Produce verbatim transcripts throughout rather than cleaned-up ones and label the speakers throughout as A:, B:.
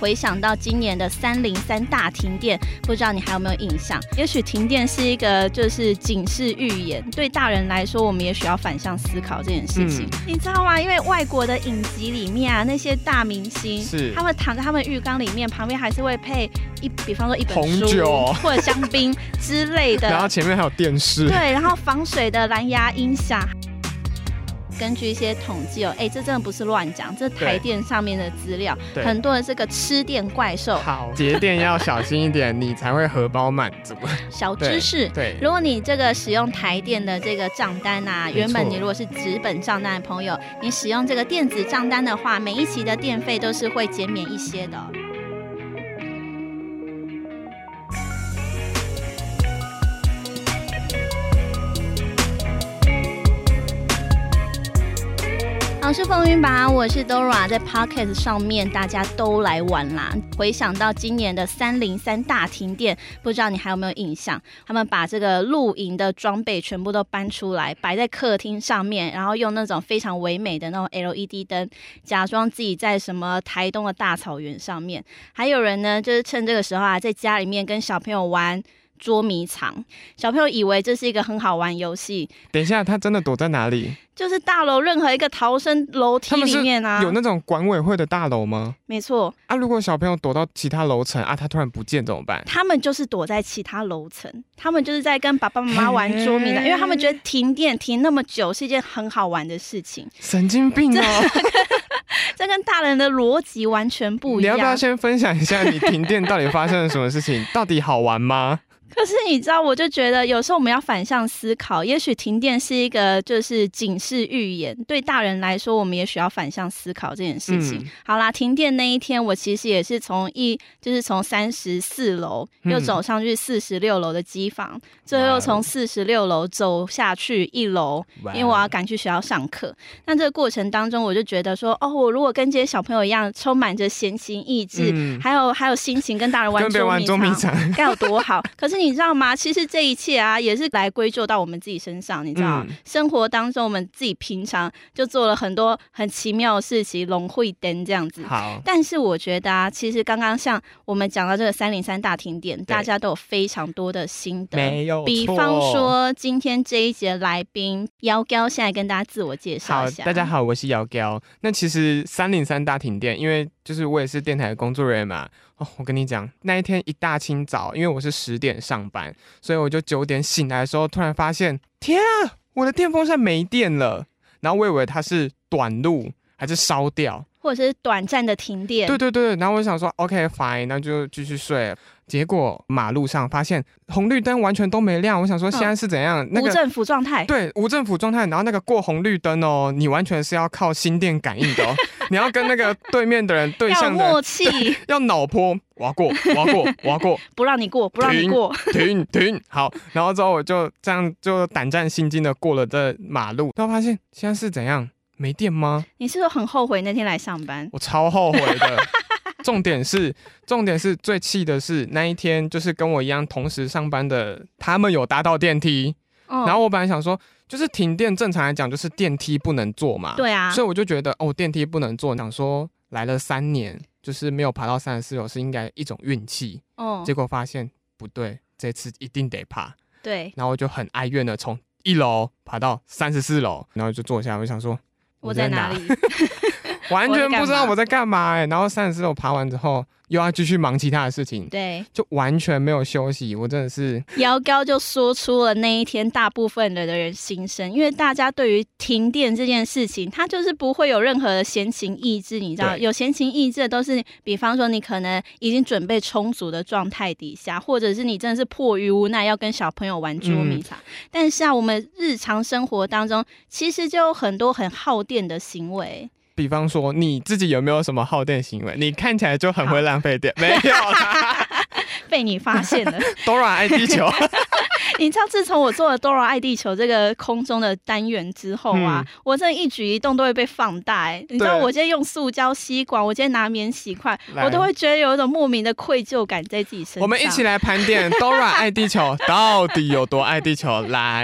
A: 回想到今年的三零三大停电，不知道你还有没有印象？也许停电是一个就是警示预言，对大人来说，我们也许要反向思考这件事情。嗯、你知道吗？因为外国的影集里面啊，那些大明星，他们躺在他们浴缸里面，旁边还是会配一，比方说一本书、
B: 红酒
A: 或者香槟之类的，
B: 然后前面还有电视，
A: 对，然后防水的蓝牙音响。根据一些统计哦，哎，这真的不是乱讲，这台电上面的资料，很多的这个吃电怪兽。
B: 好，节电要小心一点，你才会荷包满足。
A: 小知识，
B: 对，
A: 如果你这个使用台电的这个账单啊，原本你如果是纸本账单的朋友，你使用这个电子账单的话，每一期的电费都是会减免一些的。好，是风云榜，我是 Dora， 在 Podcast 上面大家都来玩啦。回想到今年的三零三大停电，不知道你还有没有印象？他们把这个露营的装备全部都搬出来，摆在客厅上面，然后用那种非常唯美的那种 L E D 灯，假装自己在什么台东的大草原上面。还有人呢，就是趁这个时候啊，在家里面跟小朋友玩捉迷藏，小朋友以为这是一个很好玩游戏。
B: 等一下，他真的躲在哪里？
A: 就是大楼任何一个逃生楼梯里面啊。
B: 有那种管委会的大楼吗？
A: 没错
B: 啊。如果小朋友躲到其他楼层啊，他突然不见怎么办？
A: 他们就是躲在其他楼层，他们就是在跟爸爸妈妈玩捉迷藏，因为他们觉得停电停那么久是一件很好玩的事情。
B: 神经病哦！
A: 这跟大人的逻辑完全不一样。
B: 你要不要先分享一下你停电到底发生了什么事情？到底好玩吗？
A: 可是你知道，我就觉得有时候我们要反向思考，也许停电是一个就是警示预言，对大人来说，我们也许要反向思考这件事情。嗯、好啦，停电那一天，我其实也是从一就是从三十四楼又走上去四十六楼的机房，最后又从四十六楼走下去一楼，因为我要赶去学校上课。那这个过程当中，我就觉得说，哦，我如果跟这些小朋友一样，充满着闲情逸致，嗯、还有还有心情跟大人玩捉迷藏，该有多好！可是你知道吗？其实这一切啊，也是来归咎到我们自己身上。你知道、嗯，生活当中我们自己平常就做了很多很奇妙的事情，龙会灯这样子。
B: 好，
A: 但是我觉得啊，其实刚刚像我们讲到这个三零三大停电，大家都有非常多的心得。
B: 没有错。
A: 比方说，今天这一节来宾姚彪，现在跟大家自我介绍一下。
B: 好，大家好，我是姚彪。那其实三零三大停电，因为就是我也是电台的工作人员嘛。哦，我跟你讲，那一天一大清早，因为我是十点上班，所以我就九点醒来的时候，突然发现，天啊，我的电风扇没电了。然后我以为它是短路还是烧掉，
A: 或者是短暂的停电。
B: 对对对，然后我想说 OK fine， 那就继续睡。结果马路上发现红绿灯完全都没亮，我想说现在是怎样？嗯那个、
A: 无政府状态。
B: 对，无政府状态。然后那个过红绿灯哦，你完全是要靠心电感应的哦，你要跟那个对面的人对向的
A: 要默契，
B: 要脑波，我要过，我要过，我要过，
A: 不让你过，不让你过，
B: 停停，好。然后之后我就这样就胆战心惊的过了这马路，然后发现现在是怎样？没电吗？
A: 你是不是很后悔那天来上班？
B: 我超后悔的。重点是，重点是最气的是那一天，就是跟我一样同时上班的，他们有搭到电梯。哦、然后我本来想说，就是停电，正常来讲就是电梯不能坐嘛。
A: 对啊。
B: 所以我就觉得，哦，电梯不能坐，想说来了三年，就是没有爬到三十四楼是应该一种运气。哦。结果发现不对，这次一定得爬。
A: 对。
B: 然后我就很哀怨的从一楼爬到三十四楼，然后就坐下，我就想说
A: 我在哪里？
B: 完全不知道我在干嘛哎、欸！然后三十四楼爬完之后，又要继续忙其他的事情，
A: 对，
B: 就完全没有休息。我真的是
A: 姚高就说出了那一天大部分的人心声，因为大家对于停电这件事情，他就是不会有任何的闲情逸致，你知道，有闲情逸致的都是，比方说你可能已经准备充足的状态底下，或者是你真的是迫于无奈要跟小朋友玩捉迷藏。嗯、但是啊，我们日常生活当中其实就有很多很耗电的行为。
B: 比方说你自己有没有什么耗电行为？你看起来就很会浪费电，没有啦，
A: 被你发现了。
B: Dora 爱地球。
A: 你知道自从我做了 Dora 爱地球这个空中的单元之后啊、嗯、我真的一举一动都会被放大、欸、你知道我今天用塑胶吸管，我今天拿免洗筷，我都会觉得有一种莫名的愧疚感在自己身上。
B: 我们一起来盘点 Dora 爱地球到底有多爱地球。来，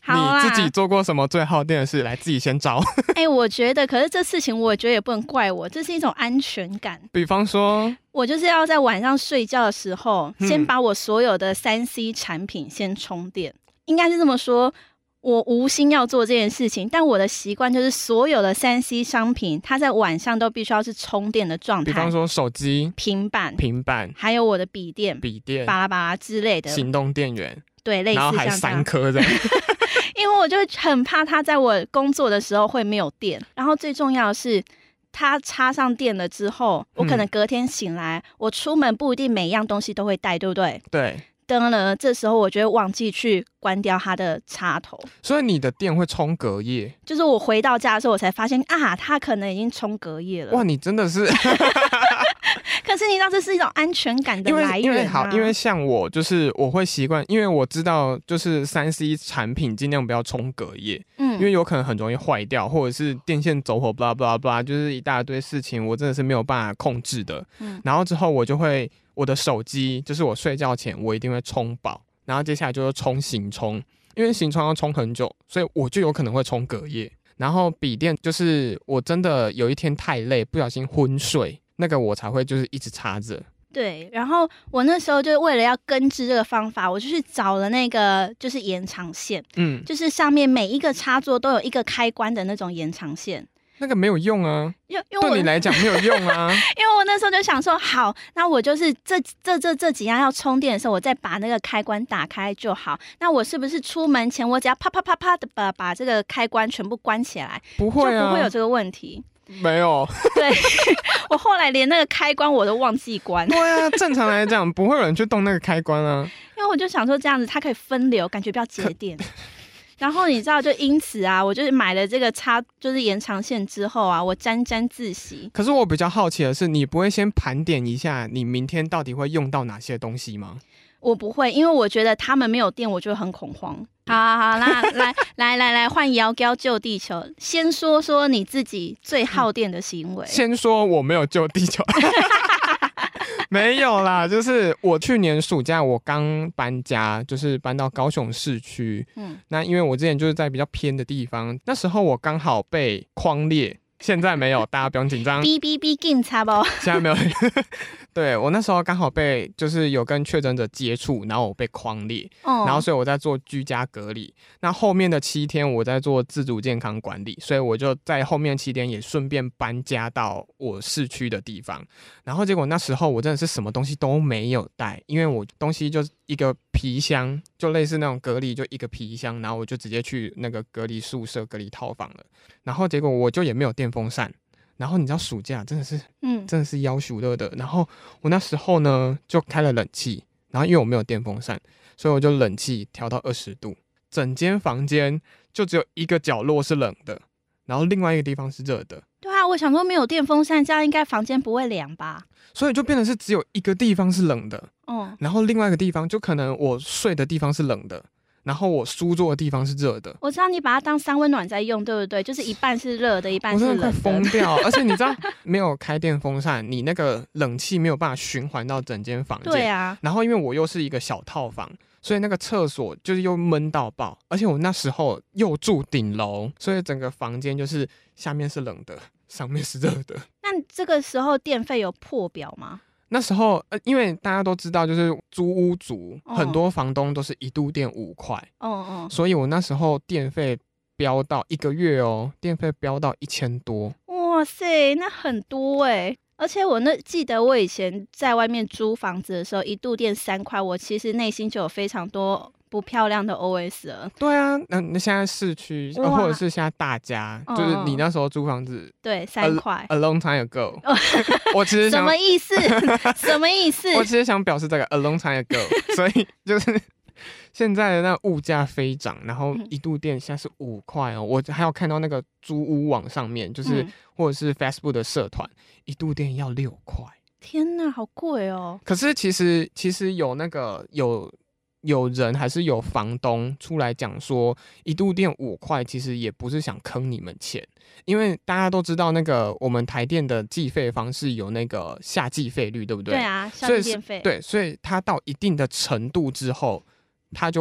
B: 你自己做过什么最耗电的事？来，自己先招。
A: 哎、欸，我觉得，可是这事情我觉得也不能怪我，这是一种安全感。
B: 比方说，
A: 我就是要在晚上睡觉的时候，嗯、先把我所有的三 C 产品先充电。应该是这么说，我无心要做这件事情，但我的习惯就是所有的三 C 商品，它在晚上都必须要是充电的状态。
B: 比方说手机、
A: 平板、
B: 平板，
A: 还有我的笔电、
B: 笔电、
A: 巴拉巴拉之类的
B: 行动电源，
A: 对，类似像这样，
B: 然后还三颗这样。
A: 因为我就很怕它在我工作的时候会没有电，然后最重要的是。它插上电了之后，我可能隔天醒来，嗯、我出门不一定每一样东西都会带，对不对？
B: 对。
A: 灯了，这时候我就会忘记去关掉它的插头，
B: 所以你的电会充隔夜。
A: 就是我回到家的时候，我才发现啊，它可能已经充隔夜了。
B: 哇，你真的是。
A: 可是你知道这是一种安全感的来源、啊、
B: 因为因为好，因为像我就是我会习惯，因为我知道就是三 C 产品尽量不要充隔夜，嗯，因为有可能很容易坏掉，或者是电线走火 blah blah blah， 就是一大堆事情，我真的是没有办法控制的。嗯，然后之后我就会我的手机，就是我睡觉前我一定会充饱，然后接下来就是充行充，因为行充要充很久，所以我就有可能会充隔夜。然后笔电就是我真的有一天太累，不小心昏睡。那个我才会就是一直插着。
A: 对，然后我那时候就为了要根治这个方法，我就去找了那个就是延长线，嗯，就是上面每一个插座都有一个开关的那种延长线。
B: 那个没有用啊，
A: 因为对
B: 你来讲没有用啊。
A: 因为我那时候就想说，好，那我就是这这这这几样要充电的时候，我再把那个开关打开就好。那我是不是出门前我只要啪啪啪啪的把把这个开关全部关起来，
B: 不会啊，
A: 就不会有这个问题。
B: 没有。
A: 对，我后来连那个开关我都忘记关。
B: 对啊，正常来讲不会有人去动那个开关啊。
A: 因为我就想说这样子它可以分流，感觉比较节电。然后你知道，就因此啊，我就是买了这个插，就是延长线之后啊，我沾沾自喜。
B: 可是我比较好奇的是，你不会先盘点一下你明天到底会用到哪些东西吗？
A: 我不会，因为我觉得他们没有电，我就会很恐慌。好好好，那来来来来，换摇高救地球。先说说你自己最耗电的行为。
B: 先说我没有救地球。没有啦，就是我去年暑假我刚搬家，就是搬到高雄市区。嗯，那因为我之前就是在比较偏的地方，那时候我刚好被匡列。现在没有，大家不用紧张。
A: 哔哔哔，警察不？
B: 现在没有。对，我那时候刚好被就是有跟确诊者接触，然后我被匡列，哦、然后所以我在做居家隔离。那后面的七天我在做自主健康管理，所以我就在后面七天也顺便搬家到我市区的地方。然后结果那时候我真的是什么东西都没有带，因为我东西就一个皮箱，就类似那种隔离，就一个皮箱，然后我就直接去那个隔离宿舍、隔离套房了。然后结果我就也没有电风扇，然后你知道暑假真的是，嗯，真的是夭寿热的。然后我那时候呢就开了冷气，然后因为我没有电风扇，所以我就冷气调到二十度，整间房间就只有一个角落是冷的，然后另外一个地方是热的。
A: 对啊，我想说没有电风扇，这样应该房间不会凉吧？
B: 所以就变成是只有一个地方是冷的，嗯，然后另外一个地方就可能我睡的地方是冷的。然后我书桌的地方是热的，
A: 我知道你把它当三温暖在用，对不对？就是一半是热的，一半是冷的。
B: 我真的快疯掉！而且你知道，没有开电风扇，你那个冷气没有办法循环到整间房间。
A: 对啊。
B: 然后因为我又是一个小套房，所以那个厕所就是又闷到爆。而且我那时候又住顶楼，所以整个房间就是下面是冷的，上面是热的。
A: 那这个时候电费有破表吗？
B: 那时候，呃，因为大家都知道，就是租屋族、哦、很多房东都是一度电五块，哦哦，所以我那时候电费飙到一个月哦，电费飙到一千多。
A: 哇塞，那很多哎、欸！而且我那记得我以前在外面租房子的时候，一度电三块，我其实内心就有非常多不漂亮的 O S 了。
B: 对啊，那那现在市区、呃、或者是现在大家，嗯、就是你那时候租房子，
A: 对，三块
B: ，a long time ago 。我其实
A: 什么意思？什么意思？
B: 我其实想表示这个 a long time ago， 所以就是现在的那物价飞涨，然后一度电现在是五块哦。我还有看到那个租屋网上面，就是、嗯、或者是 Facebook 的社团，一度电要六块。
A: 天哪，好贵哦！
B: 可是其实其实有那个有。有人还是有房东出来讲说，一度电五块其实也不是想坑你们钱，因为大家都知道那个我们台电的计费方式有那个夏季费率，对不对？
A: 对啊，夏季电费。
B: 对，所以它到一定的程度之后，它就会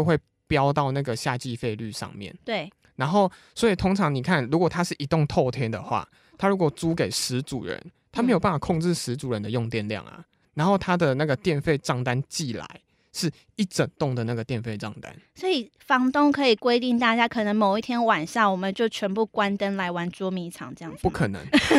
B: 标到那个夏季费率上面。
A: 对，
B: 然后所以通常你看，如果它是一栋透天的话，他如果租给十组人，他没有办法控制十组人的用电量啊。然后他的那个电费账单寄来是一整栋的那个电费账单，
A: 所以房东可以规定大家可能某一天晚上我们就全部关灯来玩捉迷藏这样子。
B: 不可能。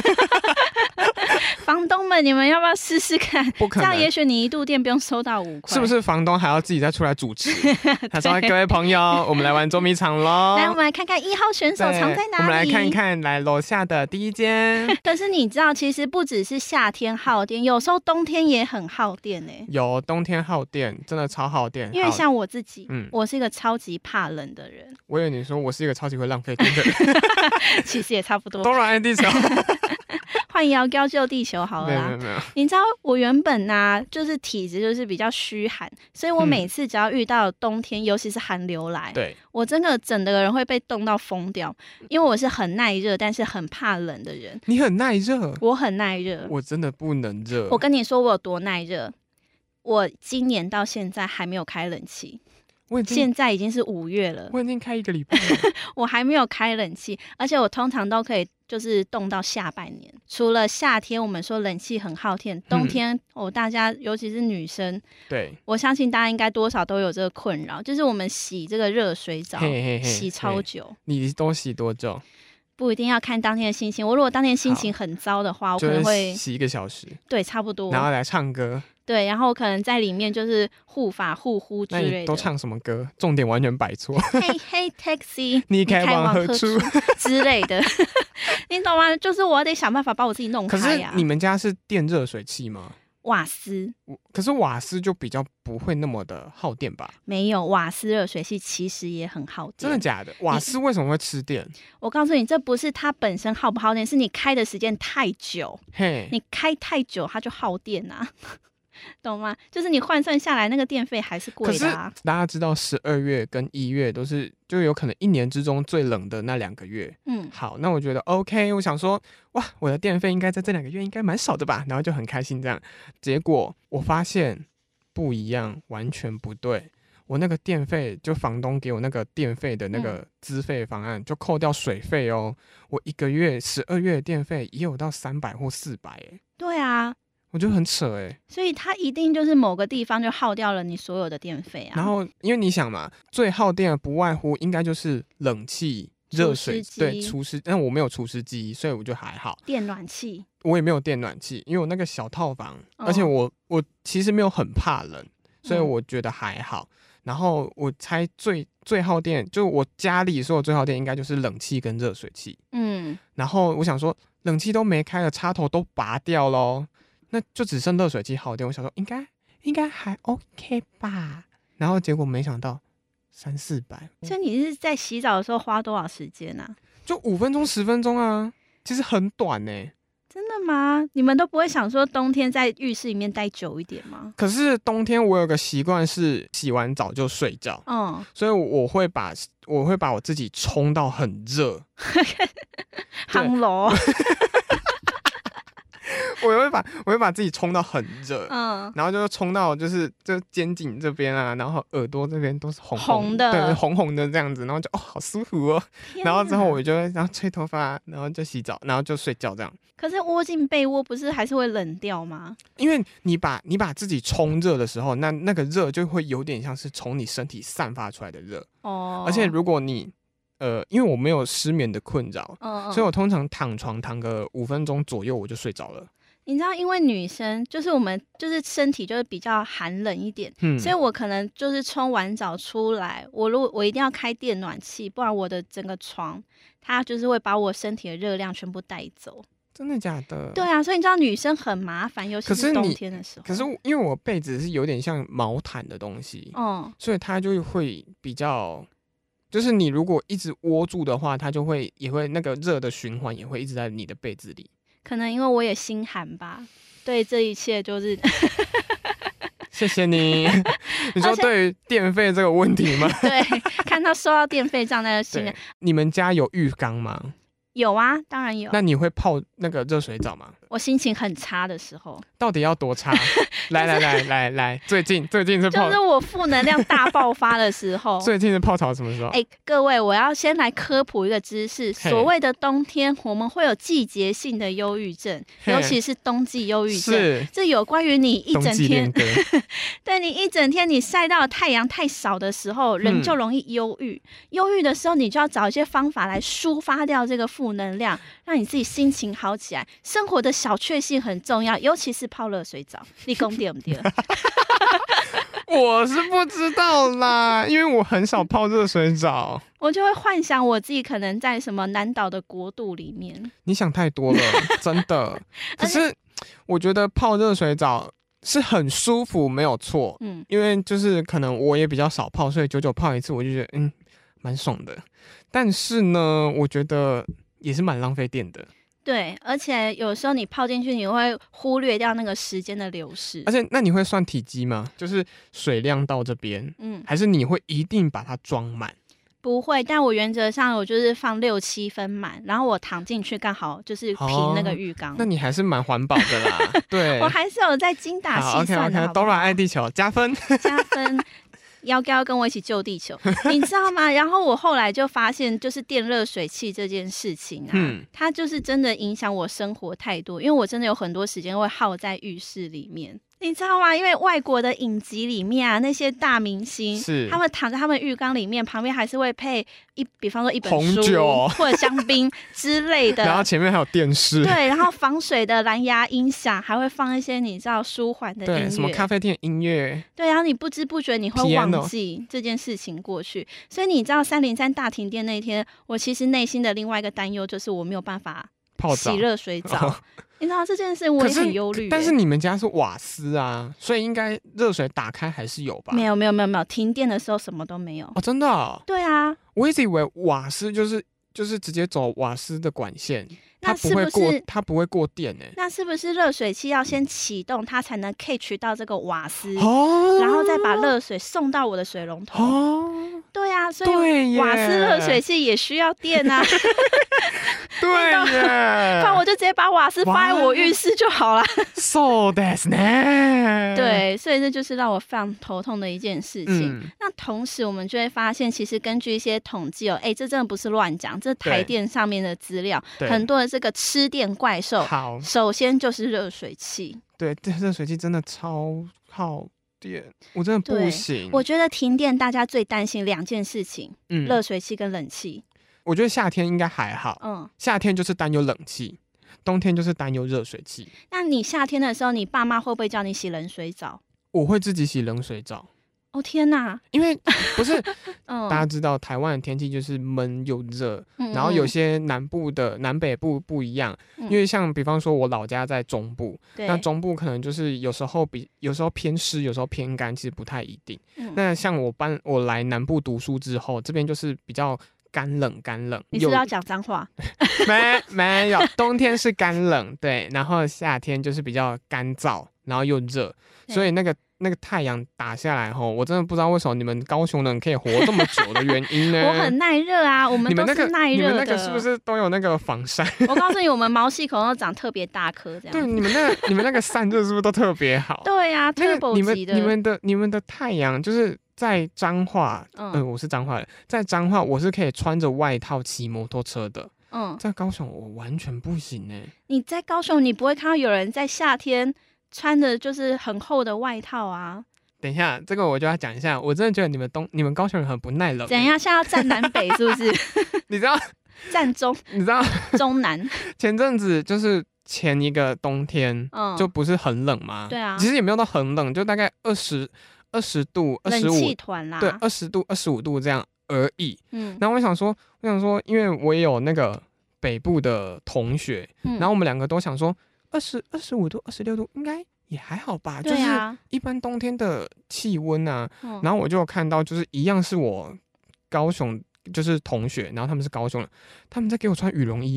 A: 房东们，你们要不要试试看？
B: 不可能，
A: 这样也许你一度电不用收到五块。
B: 是不是房东还要自己再出来主持？他说：“各位朋友，我们来玩捉迷藏喽！
A: 来，我们来看看一号选手藏在哪里。
B: 我们来看一看，来楼下的第一间。
A: 可是你知道，其实不只是夏天耗电，有时候冬天也很耗电呢、欸。
B: 有冬天耗电，真的超耗电。
A: 因为像我自己，
B: 嗯，
A: 我是一个超级怕冷的人。
B: 我以为你说我是一个超级会浪费电的人，
A: 其实也差不多。
B: 都来地球。
A: 换摇高救地球好了啦。
B: 没有没有没有。
A: 你知道我原本呢、啊，就是体质就是比较虚寒，所以我每次只要遇到冬天，嗯、尤其是寒流来，
B: 对，
A: 我真的整个人会被冻到疯掉。因为我是很耐热，但是很怕冷的人。
B: 你很耐热？
A: 我很耐热。
B: 我真的不能热。
A: 我跟你说我有多耐热，我今年到现在还没有开冷气。
B: 我已经
A: 现在已经是五月了，
B: 我已经开一个礼拜了，
A: 我还没有开冷气，而且我通常都可以就是冻到下半年。除了夏天我们说冷气很耗电，冬天、嗯、哦，大家尤其是女生，
B: 对，
A: 我相信大家应该多少都有这个困扰，就是我们洗这个热水澡
B: 嘿嘿嘿
A: 洗超久。嘿
B: 你都洗多久？
A: 不一定要看当天的心情，我如果当天心情很糟的话，我可能会
B: 洗一个小时，
A: 对，差不多，
B: 然后来唱歌。
A: 对，然后可能在里面就是护发护肤之类的。
B: 那你都唱什么歌？重点完全摆错。
A: 嘿嘿 taxi，
B: 你开往何处
A: 之类的，你懂吗？就是我得想办法把我自己弄开呀、啊。
B: 可是你们家是电热水器吗？
A: 瓦斯。
B: 可是瓦斯就比较不会那么的耗电吧？
A: 没有，瓦斯热水器其实也很耗电。
B: 真的假的？瓦斯为什么会吃电？
A: 我告诉你，这不是它本身耗不耗电，是你开的时间太久。
B: 嘿，
A: 你开太久，它就耗电啊。懂吗？就是你换算下来，那个电费还是贵的啊。
B: 可是大家知道，十二月跟一月都是就有可能一年之中最冷的那两个月。嗯，好，那我觉得 OK， 我想说，哇，我的电费应该在这两个月应该蛮少的吧，然后就很开心这样。结果我发现不一样，完全不对。我那个电费，就房东给我那个电费的那个资费方案，嗯、就扣掉水费哦，我一个月十二月的电费也有到三百或四百哎。
A: 对啊。
B: 我觉得很扯哎、欸，
A: 所以它一定就是某个地方就耗掉了你所有的电费啊。
B: 然后，因为你想嘛，最耗电的不外乎应该就是冷气、热水，对，除湿。但我没有除湿机，所以我就还好。
A: 电暖气，
B: 我也没有电暖气，因为我那个小套房，哦、而且我我其实没有很怕冷，所以我觉得还好。嗯、然后我猜最最耗电，就我家里所有最耗电应该就是冷气跟热水器。嗯，然后我想说，冷气都没开了，插头都拔掉咯。那就只剩热水器耗电，我想说应该应该还 OK 吧，然后结果没想到三四百。
A: 所以你是在洗澡的时候花多少时间啊？
B: 就五分钟十分钟啊，其实很短呢、欸。
A: 真的吗？你们都不会想说冬天在浴室里面待久一点吗？
B: 可是冬天我有个习惯是洗完澡就睡觉，嗯，所以我会把我会把我自己冲到很热，
A: 烘炉。
B: 我会把我会把自己冲到很热，嗯，然后就冲到就是就肩颈这边啊，然后耳朵这边都是红
A: 红的，
B: 对，红红的这样子，然后就哦好舒服哦，然后之后我就会然后吹头发，然后就洗澡，然后就睡觉这样。
A: 可是窝进被窝不是还是会冷掉吗？
B: 因为你把你把自己冲热的时候，那那个热就会有点像是从你身体散发出来的热哦，而且如果你呃，因为我没有失眠的困扰，嗯嗯，所以我通常躺床躺个五分钟左右我就睡着了。
A: 你知道，因为女生就是我们就是身体就是比较寒冷一点，嗯，所以我可能就是冲完澡出来，我如果我一定要开电暖气，不然我的整个床它就是会把我身体的热量全部带走。
B: 真的假的？
A: 对啊，所以你知道女生很麻烦，尤其是冬天的时候。
B: 可是因为我被子是有点像毛毯的东西，嗯，所以它就会比较，就是你如果一直窝住的话，它就会也会那个热的循环也会一直在你的被子里。
A: 可能因为我也心寒吧，对这一切就是
B: 谢谢你。你说对于电费这个问题吗？
A: 对，看到收到电费账单的心寒。
B: 你们家有浴缸吗？
A: 有啊，当然有。
B: 那你会泡那个热水澡吗？
A: 我心情很差的时候。
B: 到底要多差？来来来来来，最近最近是泡，
A: 就是我负能量大爆发的时候。
B: 最近是泡潮什么时候？
A: 哎、欸，各位，我要先来科普一个知识。所谓的冬天，我们会有季节性的忧郁症，尤其是冬季忧郁症。这有关于你一整天，对你一整天你晒到太阳太少的时候，人就容易忧郁。忧、嗯、郁的时候，你就要找一些方法来抒发掉这个负能量，让你自己心情好起来。生活的小确幸很重要，尤其是泡热水澡。你讲对不对？
B: 我是不知道啦，因为我很少泡热水澡。
A: 我就会幻想我自己可能在什么南岛的国度里面。
B: 你想太多了，真的。可是我觉得泡热水澡是很舒服，没有错。嗯，因为就是可能我也比较少泡，所以久久泡一次，我就觉得嗯蛮爽的。但是呢，我觉得也是蛮浪费电的。
A: 对，而且有时候你泡进去，你会忽略掉那个时间的流逝。
B: 而且，那你会算体积吗？就是水量到这边，嗯，还是你会一定把它装满？
A: 不会，但我原则上我就是放六七分满，然后我躺进去刚好就是平那个浴缸。哦，
B: 那你还是蛮环保的啦。对，
A: 我还是有在精打细算的。
B: OK OK， Dora 爱地球加分，
A: 加分。要不要跟我一起救地球？你知道吗？然后我后来就发现，就是电热水器这件事情啊，嗯、它就是真的影响我生活太多，因为我真的有很多时间会耗在浴室里面。你知道吗？因为外国的影集里面啊，那些大明星，是他们躺在他们浴缸里面，旁边还是会配一，比方说一本书
B: 红酒
A: 或者香槟之类的，
B: 然后前面还有电视，
A: 对，然后防水的蓝牙音响，还会放一些你知道舒缓的音乐，
B: 对，什么咖啡店音乐，
A: 对，然后你不知不觉你会忘记这件事情过去，所以你知道三零三大停电那天，我其实内心的另外一个担忧就是我没有办法洗热水澡。哦，你知道这件事我也很忧虑。
B: 但是你们家是瓦斯啊，所以应该热水打开还是有吧？
A: 没有没有没有没有，停电的时候什么都没有。
B: 哦，真的哦？
A: 对啊，
B: 我一直以为瓦斯就是就是直接走瓦斯的管线，它不会过，它不会过电诶。
A: 那是不是热水器要先启动，它才能 catch 到这个瓦斯，哦，然后再把热水送到我的水龙头？哦，对啊，所以瓦斯热水器也需要电啊。
B: 对耶，
A: 不然我就直接把瓦斯放在我浴室就好了。
B: So that's ne。
A: 对，所以这就是让我非常头痛的一件事情。嗯、那同时我们就会发现，其实根据一些统计哦，哎，这真的不是乱讲，这台电上面的资料，很多的这个吃电怪兽，好，首先就是热水器。
B: 对，这热水器真的超耗电，我真的不行。
A: 我觉得停电大家最担心两件事情，嗯，热水器跟冷气。
B: 我觉得夏天应该还好，嗯，夏天就是担忧冷气，冬天就是担忧热水器。
A: 那你夏天的时候，你爸妈会不会叫你洗冷水澡？
B: 我会自己洗冷水澡。
A: 哦天哪！
B: 因为不是，嗯、大家知道台湾的天气就是闷又热，嗯、然后有些南部的南北部不一样，嗯、因为像比方说我老家在中部，那中部可能就是有时候比有时候偏湿，有时候偏干，其实不太一定。嗯、那像我搬我来南部读书之后，这边就是比较干冷干冷。
A: 你是不是要讲脏话？
B: 没没有，冬天是干冷，对，然后夏天就是比较干燥，然后又热，所以那个。那个太阳打下来后，我真的不知道为什么你们高雄人可以活这么久的原因呢？
A: 我很耐热啊，我们都是耐热的。
B: 你们那个是不是都有那个防晒？
A: 我告诉你，我们毛细孔都长特别大颗，这样。
B: 对，你们那个你们那个散热是不是都特别好？
A: 对呀、啊，
B: 那
A: 个
B: 你们你们的你们的太阳就是在彰化，嗯、呃，我是彰化人，在彰化我是可以穿着外套骑摩托车的。嗯，在高雄我完全不行哎、欸。
A: 你在高雄，你不会看到有人在夏天穿的就是很厚的外套啊。
B: 等一下，这个我就要讲一下，我真的觉得你们东、你们高雄人很不耐冷。
A: 怎样？现在要站南北是不是？
B: 你知道？
A: 站中？
B: 你知道？
A: 中南。
B: 前阵子就是前一个冬天，嗯、就不是很冷吗？
A: 对啊。
B: 其实也没有到很冷，就大概二十二十度、二十五。
A: 冷气团啦。
B: 对，二十度、二十五度这样而已。嗯。然后我想说，我想说，因为我也有那个北部的同学，嗯、然后我们两个都想说，二十二十五度、二十六度应该。也还好吧，就是一般冬天的气温啊。嗯、然后我就有看到，就是一样是我高雄，就是同学，然后他们是高雄人，他们在给我穿羽绒衣耶。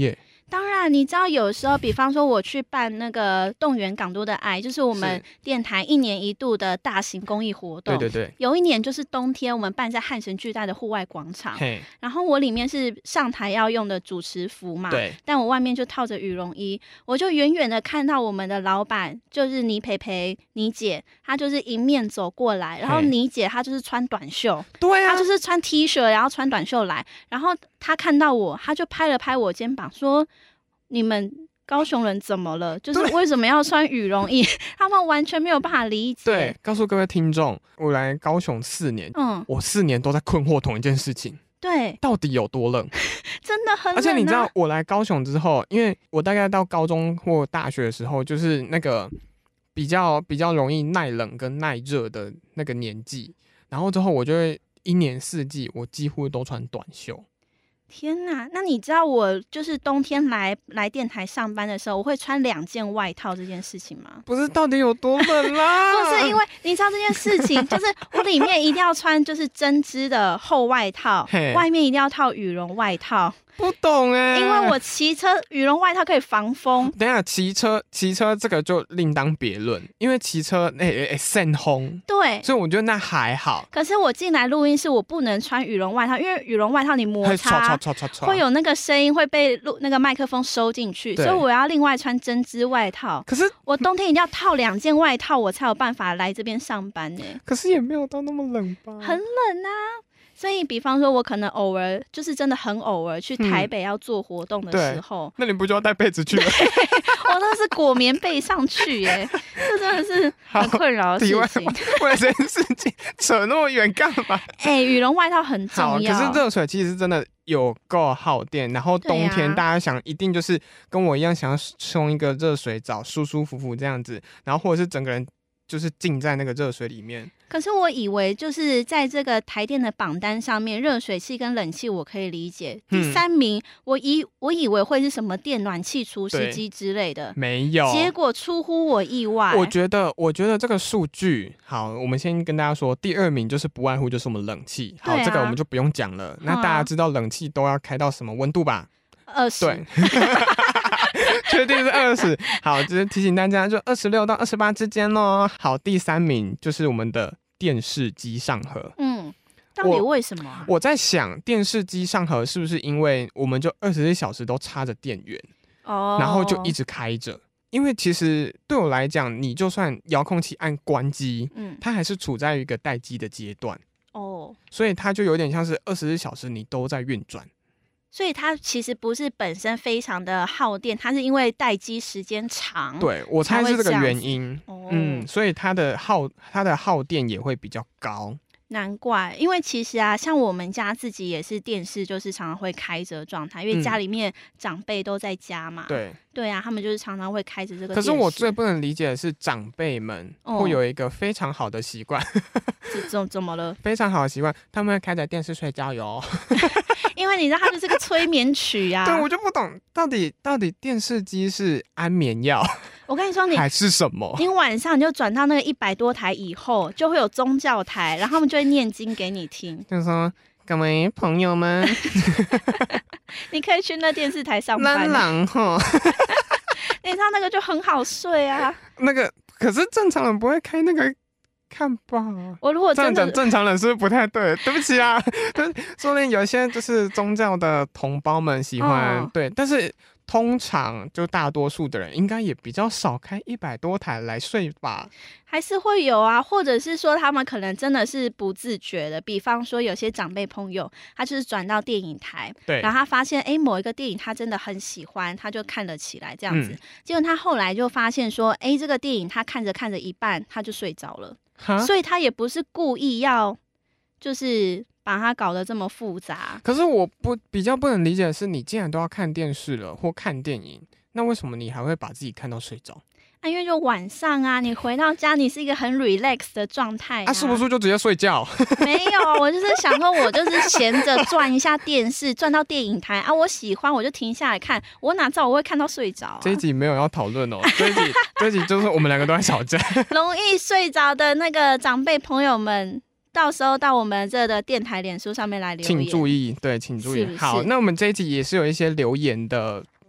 A: 当然，你知道有时候，比方说我去办那个动员港都的爱，就是我们电台一年一度的大型公益活动。
B: 对对对。
A: 有一年就是冬天，我们办在汉神巨蛋的户外广场。然后我里面是上台要用的主持服嘛，
B: 对。
A: 但我外面就套着羽绒衣，我就远远的看到我们的老板，就是倪培培倪姐，她就是迎面走过来，然后倪姐她就是穿短袖，
B: 对啊，
A: 她就是穿 T 恤，然后穿短袖来，然后她看到我，她就拍了拍我肩膀说。你们高雄人怎么了？就是为什么要穿羽绒衣？他们完全没有办法理解。
B: 对，告诉各位听众，我来高雄四年，嗯，我四年都在困惑同一件事情。
A: 对，
B: 到底有多冷？
A: 真的很冷啊。
B: 而且你知道，我来高雄之后，因为我大概到高中或大学的时候，就是那个比较比较容易耐冷跟耐热的那个年纪，然后之后我就会一年四季，我几乎都穿短袖。
A: 天哪，那你知道我就是冬天来来电台上班的时候，我会穿两件外套这件事情吗？
B: 不是，到底有多冷啦？
A: 不是，因为你知道这件事情，就是我里面一定要穿就是针织的厚外套，外面一定要套羽绒外套。
B: 不懂哎、欸，
A: 因为我骑车羽绒外套可以防风。
B: 等一下，骑车骑车这个就另当别论，因为骑车哎哎哎扇风，
A: 对，
B: 所以我觉得那还好。
A: 可是我进来录音室，我不能穿羽绒外套，因为羽绒外套你摩擦会有那个声音会被录那个麦克风收进去，所以我要另外穿针织外套。
B: 可是
A: 我冬天一定要套两件外套，我才有办法来这边上班呢、欸。
B: 可是也没有到那么冷吧？
A: 很冷啊。所以，比方说，我可能偶尔就是真的很偶尔去台北要做活动的时候，
B: 嗯、那你不就要带被子去了？
A: 我都是裹棉被上去、欸，哎，这真的是很困扰的事情。
B: 为了这件事情扯那么远干嘛？
A: 哎、欸，羽绒外套很重要。
B: 可是热水其实真的有够耗电，然后冬天大家想一定就是跟我一样想要冲一个热水澡，舒舒服服这样子，然后或者是整个人就是浸在那个热水里面。
A: 可是我以为就是在这个台电的榜单上面，热水器跟冷气我可以理解。嗯、第三名，我以我以为会是什么电暖气、除湿机之类的，
B: 没有。
A: 结果出乎我意外。
B: 我觉得，我觉得这个数据好，我们先跟大家说，第二名就是不外乎就是我们冷气。好，啊、这个我们就不用讲了。那大家知道冷气都要开到什么温度吧？
A: 二十。
B: 对。确定是二十，好，就是提醒大家，就二十六到二十八之间咯。好，第三名就是我们的电视机上盒。
A: 嗯，到底为什么、啊
B: 我？我在想，电视机上盒是不是因为我们就二十四小时都插着电源，哦，然后就一直开着。因为其实对我来讲，你就算遥控器按关机，嗯，它还是处在一个待机的阶段。哦，所以它就有点像是二十四小时你都在运转。
A: 所以它其实不是本身非常的耗电，它是因为待机时间长，
B: 对，我猜是这个原因。哦、嗯，所以它的耗它的耗电也会比较高。
A: 难怪，因为其实啊，像我们家自己也是电视，就是常常会开着状态，因为家里面长辈都在家嘛。
B: 嗯、对
A: 对啊，他们就是常常会开着这个电视。
B: 可是我最不能理解的是，长辈们会有一个非常好的习惯。
A: 怎怎么了？
B: 非常好的习惯，他们会开着电视睡觉哟。
A: 因为你知道它就是个催眠曲啊。
B: 对，我就不懂到底到底电视机是安眠药，
A: 我跟你说你，
B: 还是什么？
A: 你晚上你就转到那个一百多台以后，就会有宗教台，然后他们就会念经给你听，
B: 就说各位朋友们，
A: 你可以去那电视台上班。
B: 然后，
A: 你知道那个就很好睡啊。
B: 那个可是正常人不会开那个。看吧，
A: 我如果真的
B: 这样讲正常人是不是不太对？对不起啊，说不定有一些就是宗教的同胞们喜欢、哦、对，但是通常就大多数的人应该也比较少开一百多台来睡吧，
A: 还是会有啊，或者是说他们可能真的是不自觉的，比方说有些长辈朋友，他就是转到电影台，
B: 对，
A: 然后他发现哎某一个电影他真的很喜欢，他就看了起来这样子，嗯、结果他后来就发现说，哎这个电影他看着看着一半他就睡着了。所以他也不是故意要，就是把它搞得这么复杂。
B: 可是我不比较不能理解的是，你既然都要看电视了或看电影，那为什么你还会把自己看到睡着？
A: 啊，因为就晚上啊，你回到家，你是一个很 relax 的状态啊，
B: 啊是不是就直接睡觉？
A: 没有，我就是想说，我就是闲着转一下电视，转到电影台啊，我喜欢我就停下来看，我哪知道我会看到睡着、啊？
B: 这一集没有要讨论哦，这一集这一集就是我们两个都在吵架。
A: 容易睡着的那个长辈朋友们，到时候到我们这的电台脸书上面来留言，
B: 请注意，对，请注意。
A: 是是
B: 好，那我们这一集也是有一些留言的。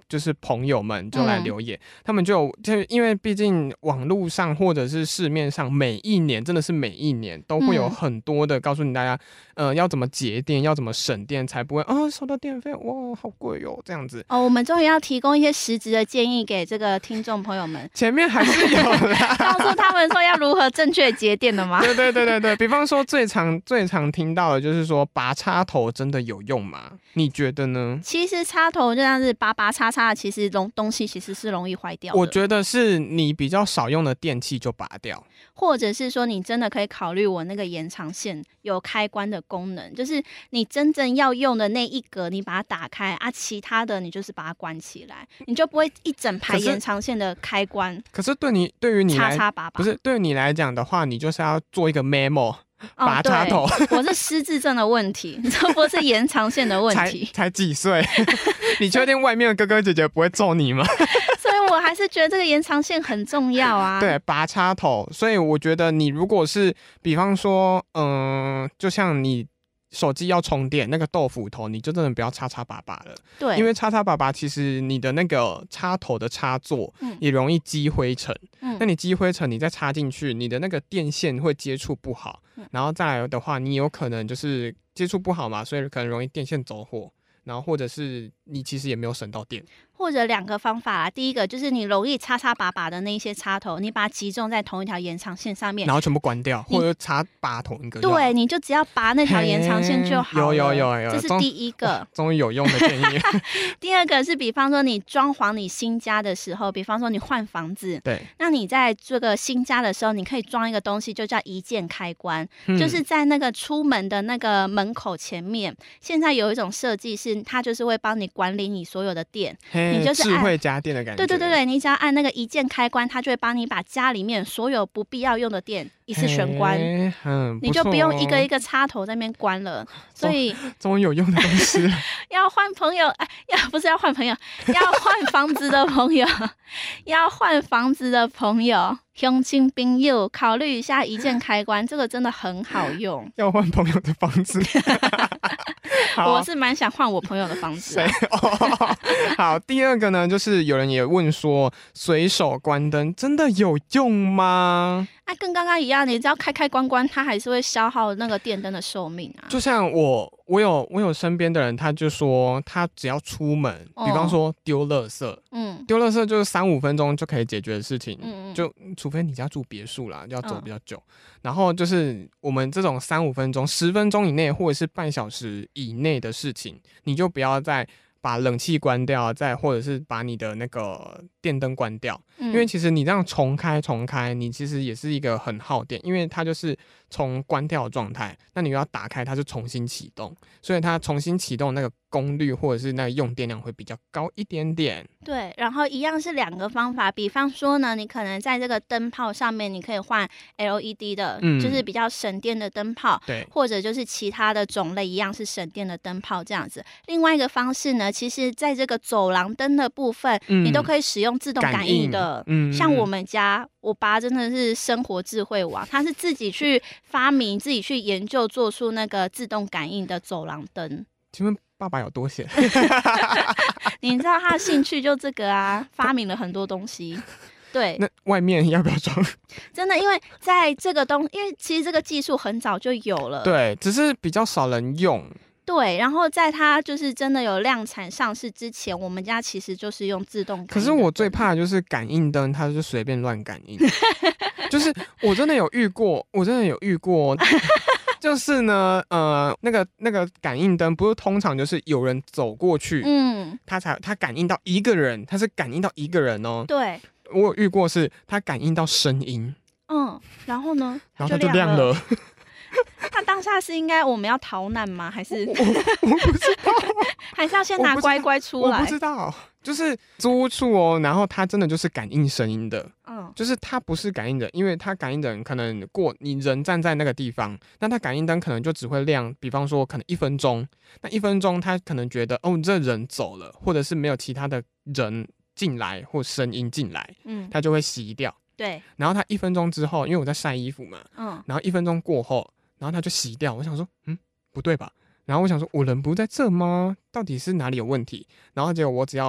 B: 就是朋友们就来留言，嗯、他们就就因为毕竟网络上或者是市面上每一年真的是每一年都会有很多的告诉你大家，嗯、呃，要怎么节电，要怎么省电，才不会啊收到电费哇好贵哦这样子。
A: 哦，我们终于要提供一些实质的建议给这个听众朋友们。
B: 前面还是有啦，
A: 告诉他们说要如何正确节电的吗？
B: 对对对对对，比方说最常最常听到的就是说拔插头真的有用吗？你觉得呢？
A: 其实插头就像是拔拔插插，其实东东西其实是容易坏掉的。
B: 我觉得是你比较少用的电器就拔掉，
A: 或者是说你真的可以考虑我那个延长线有开关的功能，就是你真正要用的那一格你把它打开啊，其他的你就是把它关起来，你就不会一整排延长线的开关。
B: 可是对你对于你来
A: 插插拔拔
B: 不是对于你来讲的话，你就是要做一个 memo。拔插头、
A: 哦，我是失智症的问题，这不是延长线的问题。
B: 才才几岁？你确定外面的哥哥姐姐不会揍你吗？
A: 所以我还是觉得这个延长线很重要啊。
B: 对，拔插头。所以我觉得你如果是，比方说，嗯、呃，就像你手机要充电那个豆腐头，你就真的不要插插拔拔了。
A: 对，
B: 因为插插拔拔，其实你的那个插头的插座也容易积灰尘。嗯，那你积灰尘，你再插进去，你的那个电线会接触不好。然后再来的话，你有可能就是接触不好嘛，所以可能容易电线走火，然后或者是你其实也没有省到电。
A: 或者两个方法啦，第一个就是你容易插插拔拔的那一些插头，你把它集中在同一条延长线上面，
B: 然后全部关掉，或者插拔同一个。
A: 对，你就只要拔那条延长线就好了。
B: 有有有有，
A: 这是第一个，
B: 终于有用的建议。
A: 第二个是，比方说你装潢你新家的时候，比方说你换房子，
B: 对，
A: 那你在这个新家的时候，你可以装一个东西，就叫一键开关，嗯、就是在那个出门的那个门口前面，现在有一种设计是，它就是会帮你管理你所有的电，你就是
B: 智慧家电的感觉。
A: 对对对对，你只要按那个一键开关，它就会帮你把家里面所有不必要用的电一次全关，
B: 嗯，
A: 你就不用一个一个插头在那边关了。所以
B: 终于有用的东西了。
A: 要换朋友，哎，要不是要换朋友，要换房子的朋友，要换房子的朋友，乡亲朋友考虑一下一键开关，这个真的很好用。
B: 要换朋友的房子。
A: 我是蛮想换我朋友的房子、啊
B: 哦。好，第二个呢，就是有人也问说，随手关灯真的有用吗？
A: 啊，跟刚刚一样，你只要开开关关，它还是会消耗那个电灯的寿命啊。
B: 就像我，我有我有身边的人，他就说，他只要出门，哦、比方说丢垃圾，嗯，丢垃圾就是三五分钟就可以解决的事情，嗯嗯，就除非你家住别墅啦，要走比较久。嗯、然后就是我们这种三五分钟、十分钟以内，或者是半小时以内的事情，你就不要再把冷气关掉，再或者是把你的那个电灯关掉，嗯、因为其实你这样重开重开，你其实也是一个很耗电，因为它就是从关掉的状态，那你又要打开它就重新启动，所以它重新启动那个功率或者是那个用电量会比较高一点点。
A: 对，然后一样是两个方法，比方说呢，你可能在这个灯泡上面你可以换 L E D 的，嗯、就是比较省电的灯泡，
B: 对，
A: 或者就是其他的种类一样是省电的灯泡这样子。另外一个方式呢，其实在这个走廊灯的部分，嗯、你都可以使用自动感应的，嗯、像我们家我爸真的是生活智慧王，他是自己去发明、自己去研究，做出那个自动感应的走廊灯。
B: 请问爸爸有多闲？
A: 你知道他的兴趣就这个啊，发明了很多东西。对，
B: 那外面要不要装？
A: 真的，因为在这个东，因为其实这个技术很早就有了，
B: 对，只是比较少人用。
A: 对，然后在它就是真的有量产上市之前，我们家其实就是用自动感应的。
B: 可是我最怕的就是感应灯，它就随便乱感应。就是我真的有遇过，我真的有遇过。就是呢，呃，那个那个感应灯，不是通常就是有人走过去，嗯，他才他感应到一个人，他是感应到一个人哦。
A: 对，
B: 我有遇过是他感应到声音，
A: 嗯，然后呢，
B: 然后他就亮了。
A: 他当下是应该我们要逃难吗？还是
B: 我, 我不知道，
A: 还是要先拿乖乖出来？
B: 我不知道，就是租屋处哦，然后他真的就是感应声音的，嗯，就是他不是感应人，因为他感应的人可能过你人站在那个地方，那他感应灯可能就只会亮，比方说可能一分钟，那一分钟他可能觉得哦这人走了，或者是没有其他的人进来或声音进来，嗯，他就会熄掉。
A: 对，
B: 然后他一分钟之后，因为我在晒衣服嘛，嗯，然后一分钟过后。然后他就熄掉，我想说，嗯，不对吧？然后我想说，我人不在这吗？到底是哪里有问题？然后结果我只要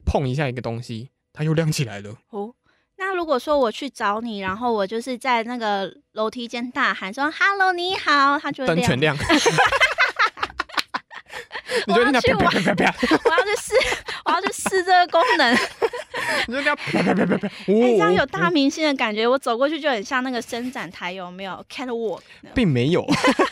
B: 碰一下一个东西，它又亮起来了。
A: 哦，那如果说我去找你，然后我就是在那个楼梯间大喊说 “Hello， 你好”，它就会亮。
B: 灯全亮。你就听到啪啪啪啪啪，
A: 我要去试，我要去试这个功能。
B: 你就听到啪啪啪啪啪，哎、
A: 欸，这样有大明星的感觉。我走过去就很像那个伸展台，有没有 ？Catwalk，
B: 并没有。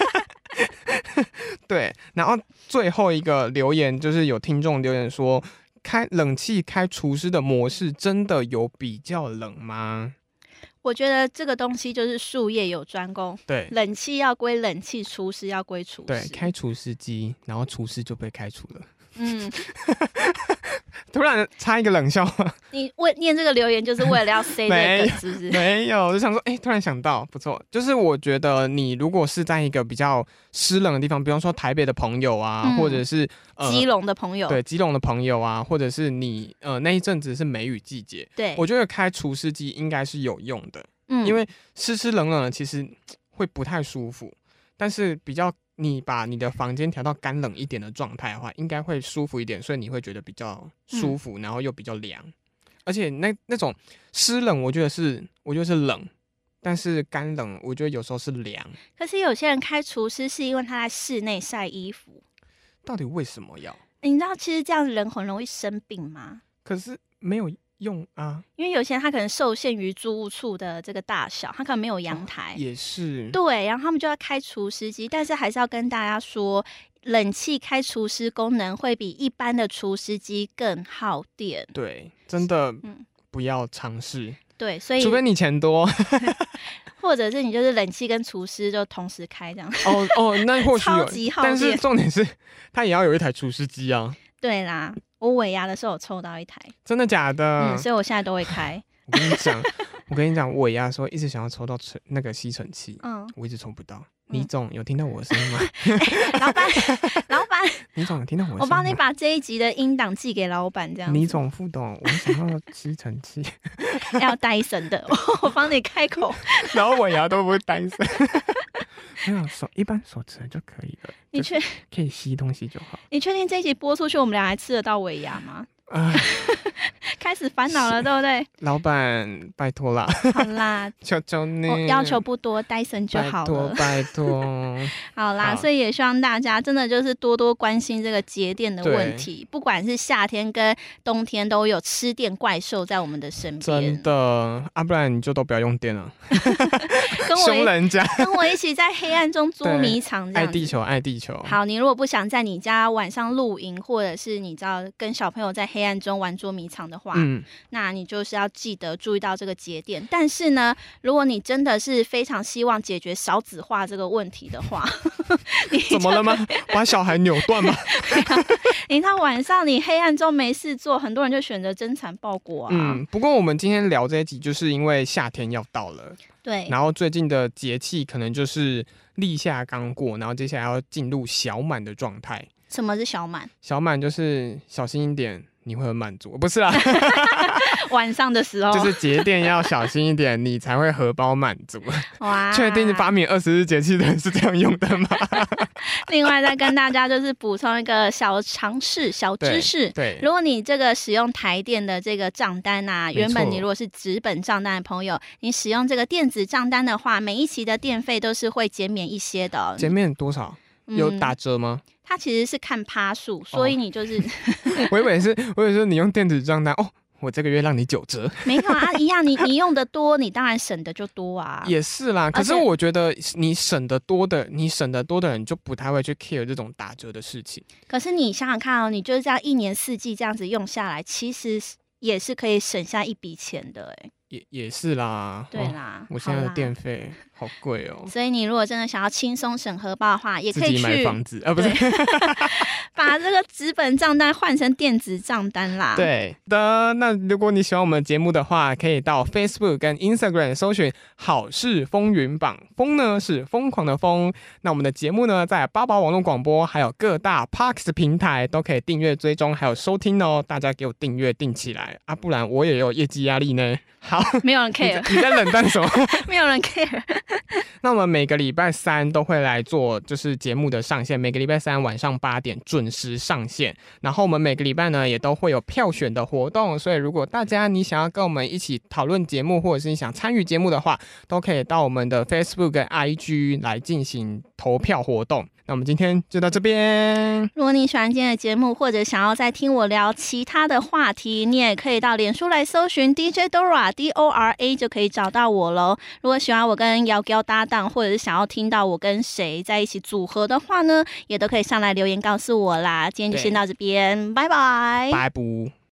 B: 对，然后最后一个留言就是有听众留言说，开冷气开除湿的模式真的有比较冷吗？
A: 我觉得这个东西就是术业有专攻，
B: 对，
A: 冷气要归冷气，除湿要归除湿。
B: 对，开除湿机，然后除湿就被开除了。
A: 嗯，
B: 突然插一个冷笑话，
A: 你为念这个留言就是为了要 say 这个，是不是？
B: 没有，我就想说，哎、欸，突然想到，不错，就是我觉得你如果是在一个比较湿冷的地方，比方说台北的朋友啊，嗯、或者是、
A: 呃、基隆的朋友，
B: 对，基隆的朋友啊，或者是你呃那一阵子是梅雨季节，
A: 对，
B: 我觉得开除湿机应该是有用的，嗯，因为湿湿冷冷的其实会不太舒服，但是比较。你把你的房间调到干冷一点的状态的话，应该会舒服一点，所以你会觉得比较舒服，嗯、然后又比较凉。而且那那种湿冷，我觉得是我觉得是冷，但是干冷，我觉得有时候是凉。
A: 可是有些人开除湿是因为他在室内晒衣服，
B: 到底为什么要？
A: 你知道其实这样人很容易生病吗？
B: 可是没有用啊，
A: 因为有些人他可能受限于租屋处的这个大小，他可能没有阳台，
B: 哦、也是
A: 对，然后他们就要开除湿机，但是还是要跟大家说，冷气开除湿功能会比一般的除湿机更耗电。
B: 对，真的不要尝试、嗯。
A: 对，所以
B: 除非你钱多，
A: 或者是你就是冷气跟除湿就同时开这样。
B: 哦哦，那或许有，
A: 超级耗电。
B: 但是重点是它也要有一台除湿机啊。
A: 对啦。我尾牙的时候有抽到一台，
B: 真的假的？
A: 嗯，所以我现在都会开。
B: 我跟你讲，我跟你讲，尾牙的时候一直想要抽到那个吸尘器，嗯，我一直抽不到。倪总有听到我的声音吗？
A: 欸、老板，老板，
B: 倪总有听到我的声音吗？
A: 我帮你把这一集的音档寄给老板，这样。
B: 倪总、副董，我想要吸尘器，
A: 要戴森的，我帮你开口。
B: 然后尾牙都不会戴森。没有手，一般手持就可以了。
A: 你确
B: 可以吸东西就好。
A: 你确定这一集播出去，我们俩还吃得到尾牙吗？开始烦恼了，对不对？
B: 老板，拜托啦！
A: 好啦，
B: 求求你，
A: 我要求不多，戴森就好了。
B: 拜托，拜托。
A: 好啦，好，所以也希望大家真的就是多多关心这个节电的问题，不管是夏天跟冬天，都有吃电怪兽在我们的身边。
B: 真的啊，不然你就都不要用电了。
A: 跟我
B: 凶人家，
A: 跟我一起在黑暗中捉迷藏，这样
B: 爱地球，爱地球。
A: 好，你如果不想在你家晚上露营，或者是你知道跟小朋友在黑暗中玩捉迷藏的话，嗯，那你就是要记得注意到这个节电。但是呢，如果你真的是非常希望解决少子化这个问题的话，你
B: 怎么了吗？把小孩扭断吗？
A: 你看晚上你黑暗中没事做，很多人就选择增产报国啊。
B: 嗯，不过我们今天聊这一集，就是因为夏天要到了。
A: 对，
B: 然后最近的节气可能就是立夏刚过，然后接下来要进入小满的状态。
A: 什么是小满？
B: 小满就是小心一点，你会很满足，不是啦。
A: 晚上的时候
B: 就是节电要小心一点，你才会荷包满足。
A: 哇！
B: 确定发明二十日节气的人是这样用的吗？
A: 另外再跟大家就是补充一个小常识、小知识。
B: 对，对
A: 如果你这个使用台电的这个账单啊，原本你如果是纸本账单的朋友，你使用这个电子账单的话，每一期的电费都是会减免一些的、哦。
B: 减免多少？有打折吗？嗯，
A: 它其实是看趴数，所以你就是、
B: 哦、我以为是，我以为是你用电子账单哦。我这个月让你九折，
A: 没有啊，一样，你你用的多，你当然省的就多啊。
B: 也是啦，可是我觉得你省的多的，你省的多的人就不太会去 care 这种打折的事情。
A: 可是你想想看哦，你就是这样一年四季这样子用下来，其实也是可以省下一笔钱的哎。
B: 也也是啦，
A: 对啦，
B: 哦、我现在的电费好贵哦。
A: 所以你如果真的想要轻松省荷包的话，也可以去
B: 自己买房子啊，不是
A: 把这个纸本账单换成电子账单啦。
B: 对的，那如果你喜欢我们的节目的话，可以到 Facebook 跟 Instagram 搜寻好事风云榜，风呢是疯狂的疯。那我们的节目呢，在八宝网络广播还有各大 Podcast 平台都可以订阅追踪还有收听哦，大家给我订阅订起来啊，不然我也有业绩压力呢。好。 好，
A: 没有人 care
B: 你。你在冷淡什么？
A: 没有人 care。
B: 那我们每个礼拜三都会来做就是节目的上线，每个礼拜三晚上八点准时上线。然后我们每个礼拜呢也都会有票选的活动，所以如果大家你想要跟我们一起讨论节目，或者是你想参与节目的话，都可以到我们的 Facebook 跟 I G 来进行投票活动。那我们今天就到这边。
A: 如果你喜欢今天的节目，或者想要再听我聊其他的话题，你也可以到脸书来搜寻 D J Dora D O R A 就可以找到我咯。如果喜欢我跟姚彪搭档，或者是想要听到我跟谁在一起组合的话呢，也都可以上来留言告诉我啦。今天就先到这边，拜拜，
B: 拜拜。